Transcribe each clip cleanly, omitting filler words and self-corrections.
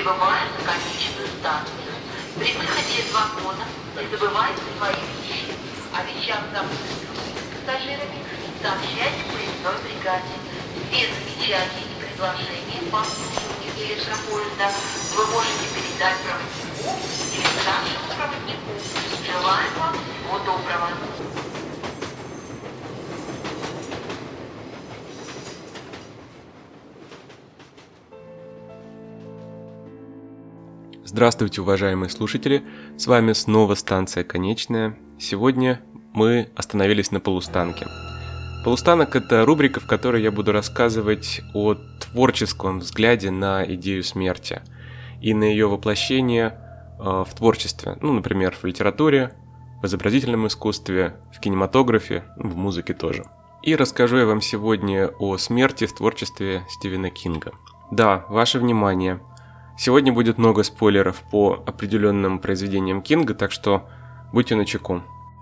Прибываем на конечную станцию. При выходе из вагона не забывайте свои вещи. О вещах, забытых другими пассажирами, сообщайте поездной бригаде. Все замечания и предложения по обслуживанию электропоезда вы можете передать проводнику или старшему проводнику. Желаем вам всего доброго. Здравствуйте, уважаемые слушатели! С вами снова станция «Конечная». Сегодня мы остановились на полустанке. Полустанок – это рубрика, в которой я буду рассказывать о творческом взгляде на идею смерти и на ее воплощение в творчестве, например, в литературе, в изобразительном искусстве, в кинематографе, в музыке тоже. И расскажу я вам сегодня о смерти в творчестве Стивена Кинга. Да, ваше внимание! Сегодня будет много спойлеров по определенным произведениям Кинга, так что будьте начеку.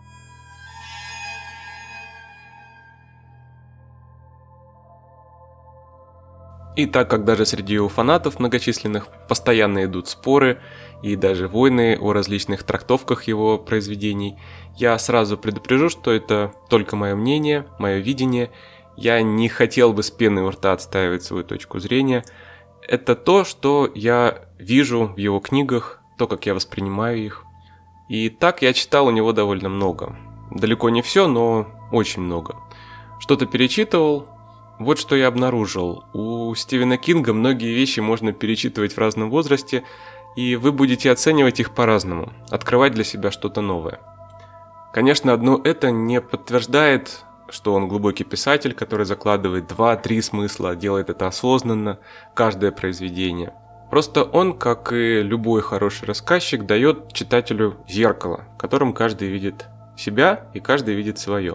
И так как даже среди его фанатов многочисленных постоянно идут споры и даже войны о различных трактовках его произведений, я сразу предупрежу, что это только мое мнение, мое видение. Я не хотел бы с пеной у рта отстаивать свою точку зрения. Это то, что я вижу в его книгах, то, как я воспринимаю их. И так я читал у него довольно много. Далеко не все, но очень много. Что-то перечитывал. Вот что я обнаружил. У Стивена Кинга многие вещи можно перечитывать в разном возрасте, и вы будете оценивать их по-разному, открывать для себя что-то новое. Конечно, одно это не подтверждает, что он глубокий писатель, который закладывает 2-3 смысла, делает это осознанно, каждое произведение. Просто он, как и любой хороший рассказчик, дает читателю зеркало, в котором каждый видит себя и каждый видит свое.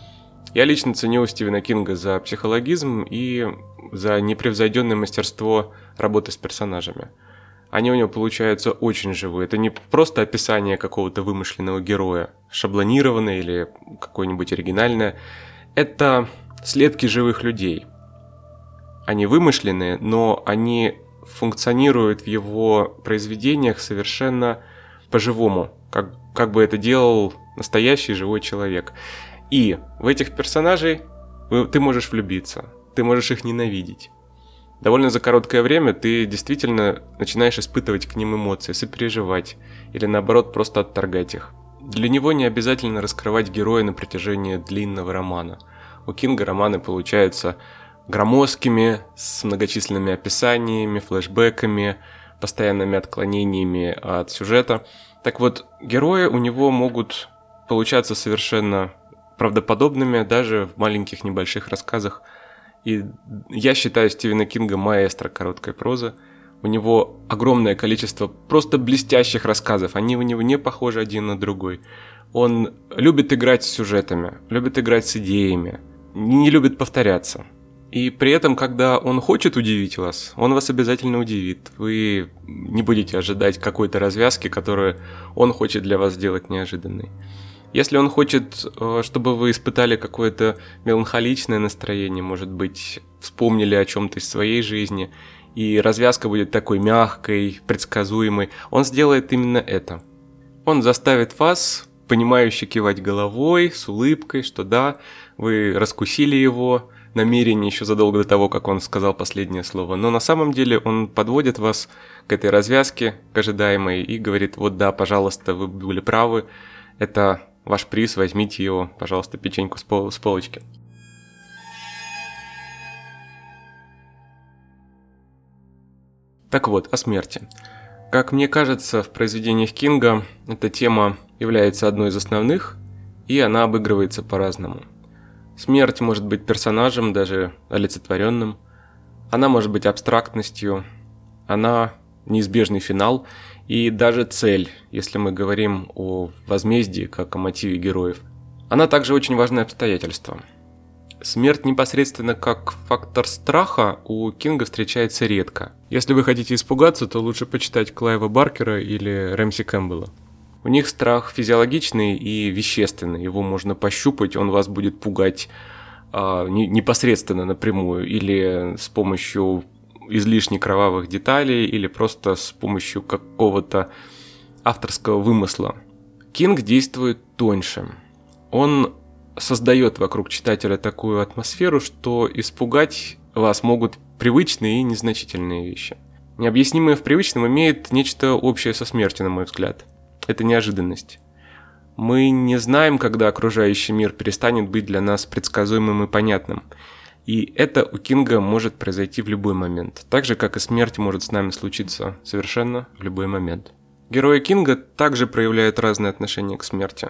Я лично ценю Стивена Кинга за психологизм и за непревзойденное мастерство работы с персонажами. Они у него получаются очень живые. Это не просто описание какого-то вымышленного героя, шаблонированное или какое-нибудь оригинальное. Это слепки живых людей. Они вымышленные, но они функционируют в его произведениях совершенно по-живому, как бы это делал настоящий живой человек. И в этих персонажей ты можешь влюбиться, ты можешь их ненавидеть. Довольно за короткое время ты действительно начинаешь испытывать к ним эмоции, сопереживать или наоборот просто отторгать их. Для него не обязательно раскрывать героя на протяжении длинного романа. У Кинга романы получаются громоздкими, с многочисленными описаниями, флешбэками, постоянными отклонениями от сюжета. Так вот, герои у него могут получаться совершенно правдоподобными даже в маленьких небольших рассказах. И я считаю Стивена Кинга маэстро короткой прозы. У него огромное количество просто блестящих рассказов. Они у него не похожи один на другой. Он любит играть с сюжетами, любит играть с идеями, не любит повторяться. И при этом, когда он хочет удивить вас, он вас обязательно удивит. Вы не будете ожидать какой-то развязки, которую он хочет для вас сделать неожиданной. Если он хочет, чтобы вы испытали какое-то меланхоличное настроение, может быть, вспомнили о чем-то из своей жизни, и развязка будет такой мягкой, предсказуемой, он сделает именно это. Он заставит вас, понимающе кивать головой, с улыбкой, что да, вы раскусили его намерение еще задолго до того, как он сказал последнее слово. Но на самом деле он подводит вас к этой развязке, к ожидаемой, и говорит: вот да, пожалуйста, вы были правы, это ваш приз, возьмите его, пожалуйста, печеньку с полочки. Так вот, о смерти. Как мне кажется, в произведениях Кинга эта тема является одной из основных, и она обыгрывается по-разному. Смерть может быть персонажем, даже олицетворенным. Она может быть абстрактностью, она неизбежный финал и даже цель, если мы говорим о возмездии как о мотиве героев. Она также очень важное обстоятельство. Смерть непосредственно как фактор страха у Кинга встречается редко. Если вы хотите испугаться, то лучше почитать Клайва Баркера или Рэмси Кэмпбелла. У них страх физиологичный и вещественный, его можно пощупать, он вас будет пугать непосредственно напрямую или с помощью излишне кровавых деталей или просто с помощью какого-то авторского вымысла. Кинг действует тоньше. Он создает вокруг читателя такую атмосферу, что испугать вас могут привычные и незначительные вещи. Необъяснимое в привычном имеет нечто общее со смертью, на мой взгляд. Это неожиданность. Мы не знаем, когда окружающий мир перестанет быть для нас предсказуемым и понятным. И это у Кинга может произойти в любой момент. Так же, как и смерть может с нами случиться совершенно в любой момент. Герои Кинга также проявляют разные отношения к смерти.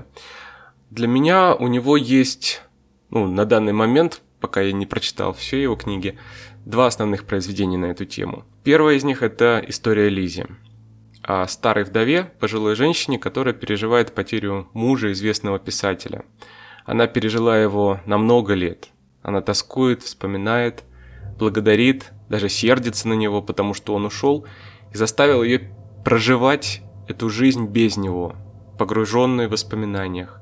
Для меня у него есть, на данный момент, пока я не прочитал все его книги, два основных произведения на эту тему. Первое из них – это «История Лиззи», о старой вдове, пожилой женщине, которая переживает потерю мужа, известного писателя. Она пережила его на много лет. Она тоскует, вспоминает, благодарит, даже сердится на него, потому что он ушел, и заставил ее проживать эту жизнь без него, погруженной в воспоминаниях.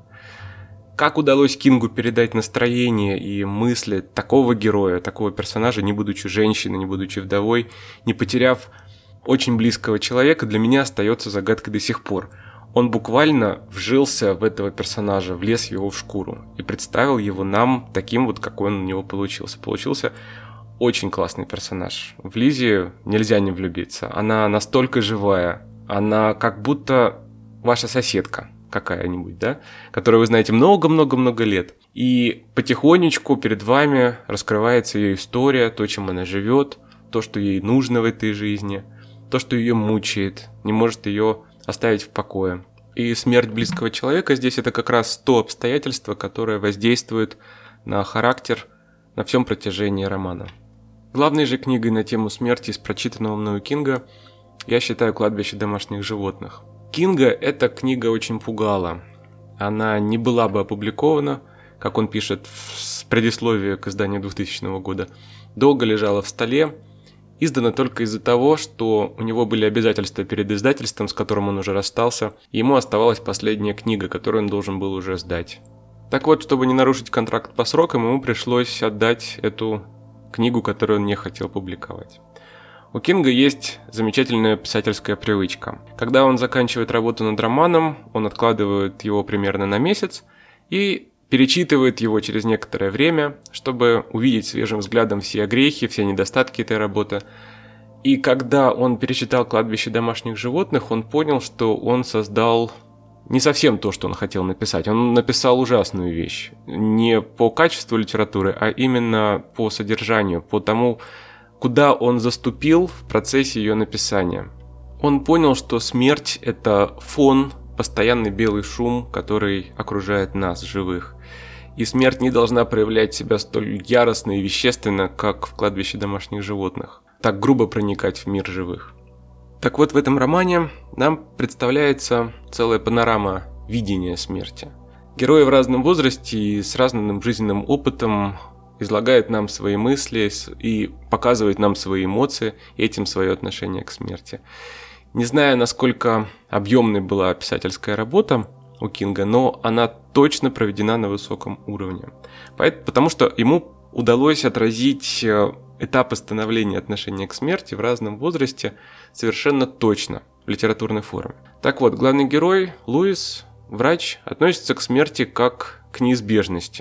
Как удалось Кингу передать настроение и мысли такого героя, такого персонажа, не будучи женщиной, не будучи вдовой, не потеряв очень близкого человека, для меня остается загадкой до сих пор. Он буквально вжился в этого персонажа, влез его в шкуру и представил его нам таким вот, какой он у него получился. Получился очень классный персонаж. В Лиззи нельзя не влюбиться. Она настолько живая, она как будто ваша соседка какая-нибудь, да, которую вы знаете много-много-много лет. И потихонечку перед вами раскрывается ее история, то, чем она живет, то, что ей нужно в этой жизни, то, что ее мучает, не может ее оставить в покое. И смерть близкого человека здесь это как раз то обстоятельство, которое воздействует на характер на всем протяжении романа. Главной же книгой на тему смерти из прочитанного мною Кинга я считаю «Кладбище домашних животных». Кинга эта книга очень пугала. Она не была бы опубликована, как он пишет в предисловии к изданию 2000 года, долго лежала в столе, издана только из-за того, что у него были обязательства перед издательством, с которым он уже расстался, и ему оставалась последняя книга, которую он должен был уже сдать. Так вот, чтобы не нарушить контракт по срокам, ему пришлось отдать эту книгу, которую он не хотел публиковать. У Кинга есть замечательная писательская привычка. Когда он заканчивает работу над романом, он откладывает его примерно на месяц и перечитывает его через некоторое время, чтобы увидеть свежим взглядом все огрехи, все недостатки этой работы. И когда он перечитал «Кладбище домашних животных», он понял, что он создал не совсем то, что он хотел написать. Он написал ужасную вещь. Не по качеству литературы, а именно по содержанию, по тому, куда он заступил в процессе ее написания. Он понял, что смерть – это фон, постоянный белый шум, который окружает нас, живых. И смерть не должна проявлять себя столь яростно и вещественно, как в «Кладбище домашних животных», так грубо проникать в мир живых. Так вот, в этом романе нам представляется целая панорама видения смерти. Герои в разном возрасте и с разным жизненным опытом излагает нам свои мысли и показывает нам свои эмоции, и этим свое отношение к смерти. Не знаю, насколько объемной была писательская работа у Кинга, но она точно проведена на высоком уровне. Потому что ему удалось отразить этапы становления отношения к смерти в разном возрасте совершенно точно в литературной форме. Так вот, главный герой, Луис, врач, относится к смерти как к неизбежности.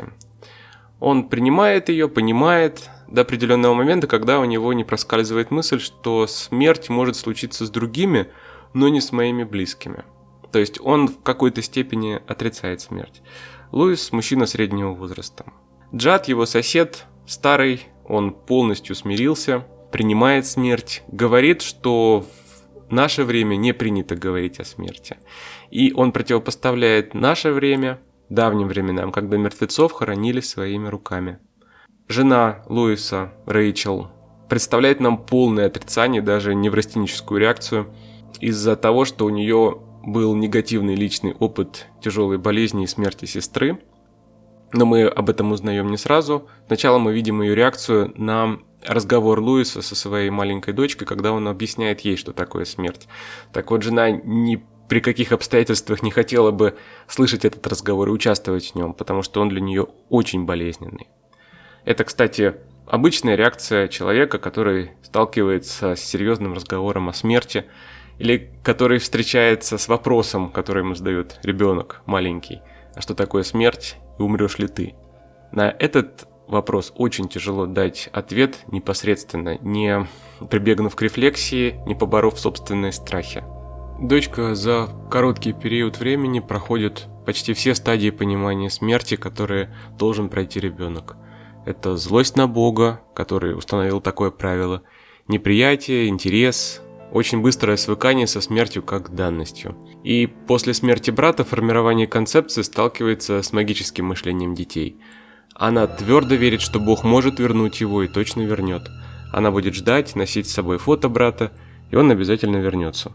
Он принимает ее, понимает до определенного момента, когда у него не проскальзывает мысль, что смерть может случиться с другими, но не с моими близкими. То есть он в какой-то степени отрицает смерть. Луис – мужчина среднего возраста. Джад, его сосед, старый, он полностью смирился, принимает смерть, говорит, что в наше время не принято говорить о смерти. И он противопоставляет наше время давним временам, когда мертвецов хоронили своими руками. Жена Луиса, Рэйчел, представляет нам полное отрицание, даже неврастеническую реакцию, из-за того, что у нее был негативный личный опыт тяжелой болезни и смерти сестры. Но мы об этом узнаем не сразу. Сначала мы видим ее реакцию на разговор Луиса со своей маленькой дочкой, когда он объясняет ей, что такое смерть. Так вот, жена ни при каких обстоятельствах не хотела бы слышать этот разговор и участвовать в нем, потому что он для нее очень болезненный. Это, кстати, обычная реакция человека, который сталкивается с серьезным разговором о смерти, или который встречается с вопросом, который ему задает ребенок маленький: а что такое смерть и умрешь ли ты? На этот вопрос очень тяжело дать ответ непосредственно, не прибегнув к рефлексии, не поборов собственные страхи. Дочка за короткий период времени проходит почти все стадии понимания смерти, которые должен пройти ребенок. Это злость на Бога, который установил такое правило, неприятие, интерес, очень быстрое свыкание со смертью как данностью. И после смерти брата формирование концепции сталкивается с магическим мышлением детей. Она твердо верит, что Бог может вернуть его и точно вернет. Она будет ждать, носить с собой фото брата, и он обязательно вернется.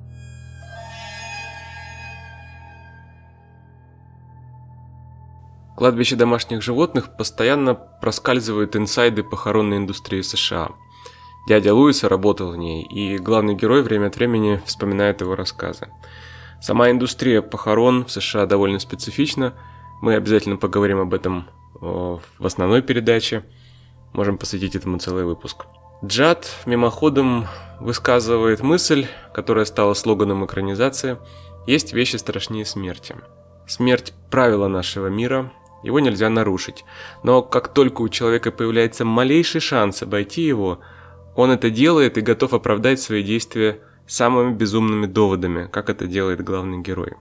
Кладбище домашних животных постоянно проскальзывают инсайды похоронной индустрии США. Дядя Луиса работал в ней, и главный герой время от времени вспоминает его рассказы. Сама индустрия похорон в США довольно специфична. Мы обязательно поговорим об этом в основной передаче. Можем посвятить этому целый выпуск. Джад мимоходом высказывает мысль, которая стала слоганом экранизации: «Есть вещи страшнее смерти». Смерть – правило нашего мира, его нельзя нарушить. Но как только у человека появляется малейший шанс обойти его, он это делает и готов оправдать свои действия самыми безумными доводами, как это делает главный герой.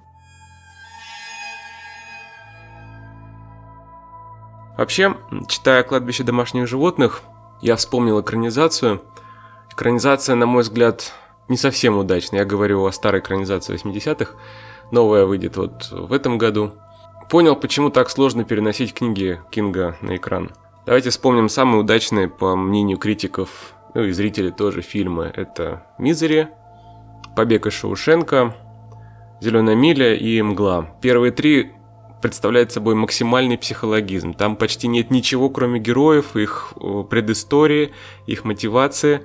Вообще, читая «Кладбище домашних животных», я вспомнил экранизацию. Экранизация, на мой взгляд, не совсем удачная. Я говорю о старой экранизации 80-х. Новая выйдет вот в этом году. Понял, почему так сложно переносить книги Кинга на экран. Давайте вспомним самые удачные, по мнению критиков, ну и зрителей тоже, фильмы. Это «Мизери», «Побег из Шоушенка», «Зеленая миля» и «Мгла». Первые три представляют собой максимальный психологизм. Там почти нет ничего, кроме героев, их предыстории, их мотивации.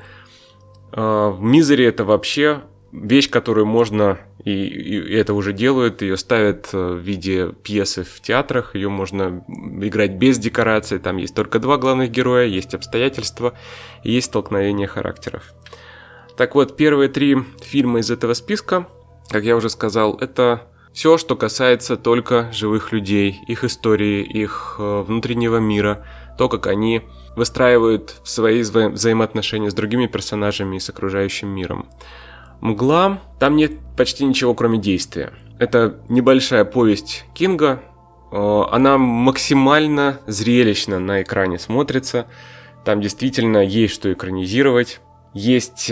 В «Мизери» это вообще вещь, которую можно, и это уже делают, ее ставят в виде пьесы в театрах, ее можно играть без декораций, там есть только два главных героя, есть обстоятельства, и есть столкновение характеров. Так вот, первые три фильма из этого списка, как я уже сказал, это все, что касается только живых людей, их истории, их внутреннего мира, то, как они выстраивают свои взаимоотношения с другими персонажами и с окружающим миром. «Мгла», там нет почти ничего, кроме действия. Это небольшая повесть Кинга, она максимально зрелищно на экране смотрится, там действительно есть что экранизировать, есть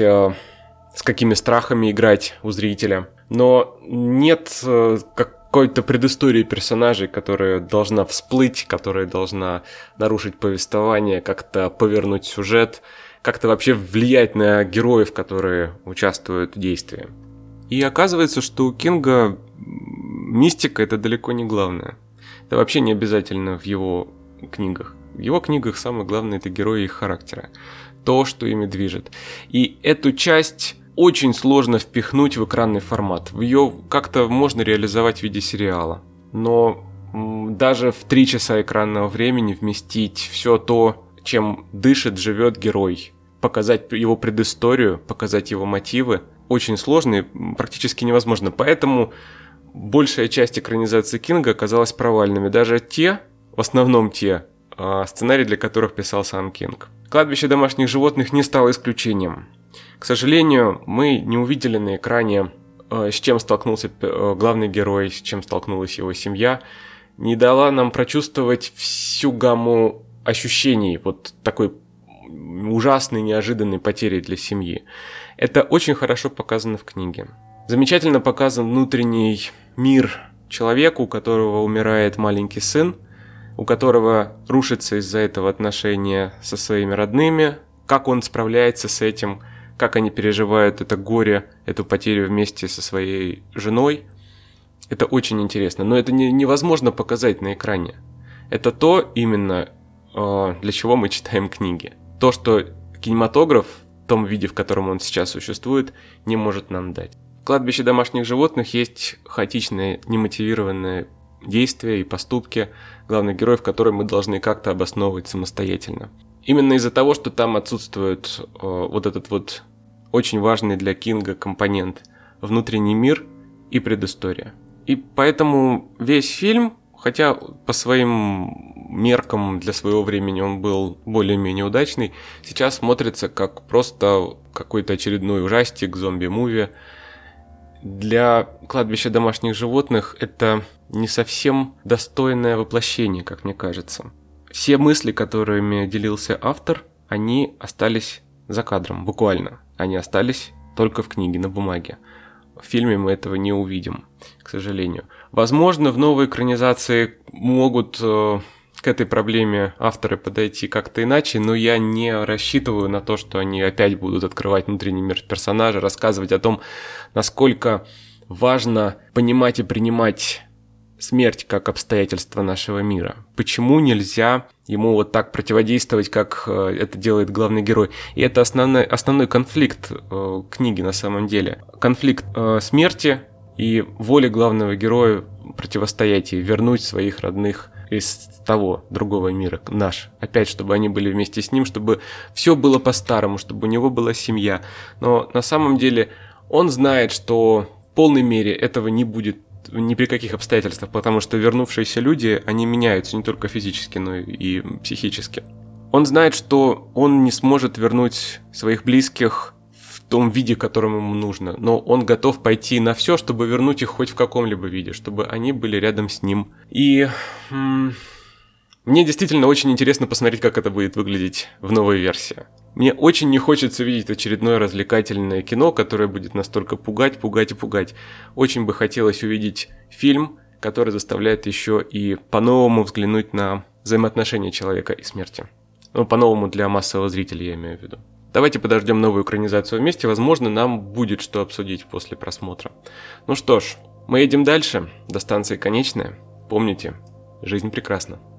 с какими страхами играть у зрителя, но нет какой-то предыстории персонажей, которая должна всплыть, которая должна нарушить повествование, как-то повернуть сюжет, как-то вообще влиять на героев, которые участвуют в действии. И оказывается, что у Кинга мистика – это далеко не главное. Это вообще не обязательно в его книгах. В его книгах самое главное – это герои и их характера. То, что ими движет. И эту часть очень сложно впихнуть в экранный формат. Ее как-то можно реализовать в виде сериала. Но даже в 3 часа экранного времени вместить все то, чем дышит, живет герой, показать его предысторию, показать его мотивы, очень сложно и практически невозможно. Поэтому большая часть экранизации Кинга оказалась провальными. Даже те, в основном те, сценарии для которых писал сам Кинг. «Кладбище домашних животных» не стало исключением. К сожалению, мы не увидели на экране, с чем столкнулся главный герой, с чем столкнулась его семья. Не дала нам прочувствовать всю гамму ощущений вот такой ужасной, неожиданной потери для семьи. Это очень хорошо показано в книге. Замечательно показан внутренний мир человека, у которого умирает маленький сын, у которого рушится из-за этого отношения со своими родными, как он справляется с этим, как они переживают это горе, эту потерю вместе со своей женой. Это очень интересно, но это невозможно показать на экране. Это то именно, для чего мы читаем книги. То, что кинематограф в том виде, в котором он сейчас существует, не может нам дать. В «Кладбище домашних животных» есть хаотичные, немотивированные действия и поступки главных героев, которые мы должны как-то обосновывать самостоятельно. Именно из-за того, что там отсутствует вот этот вот очень важный для Кинга компонент – внутренний мир и предыстория. И поэтому весь фильм, хотя по своим меркам для своего времени он был более-менее удачный, сейчас смотрится как просто какой-то очередной ужастик, зомби-муви. Для «Кладбища домашних животных» это не совсем достойное воплощение, как мне кажется. Все мысли, которыми делился автор, они остались за кадром, буквально. Они остались только в книге, на бумаге. В фильме мы этого не увидим, к сожалению. Возможно, в новой экранизации могут к этой проблеме авторы подойти как-то иначе, но я не рассчитываю на то, что они опять будут открывать внутренний мир персонажа, рассказывать о том, насколько важно понимать и принимать смерть как обстоятельство нашего мира. Почему нельзя ему вот так противодействовать, как это делает главный герой? И это основной конфликт книги на самом деле. Конфликт смерти и воли главного героя противостоять и вернуть своих родных из того другого мира, наш. Опять, чтобы они были вместе с ним, чтобы все было по-старому, чтобы у него была семья. Но на самом деле он знает, что в полной мере этого не будет ни при каких обстоятельствах, потому что вернувшиеся люди, они меняются не только физически, но и психически. Он знает, что он не сможет вернуть своих близких в том виде, которым ему нужно, но он готов пойти на все, чтобы вернуть их хоть в каком-либо виде, чтобы они были рядом с ним. И мне действительно очень интересно посмотреть, как это будет выглядеть в новой версии. Мне очень не хочется видеть очередное развлекательное кино, которое будет настолько пугать. Очень бы хотелось увидеть фильм, который заставляет еще и по-новому взглянуть на взаимоотношения человека и смерти. Ну, по-новому для массового зрителя, я имею в виду. Давайте подождем новую экранизацию вместе, возможно, нам будет что обсудить после просмотра. Ну что ж, мы едем дальше, до станции конечная. Помните, жизнь прекрасна.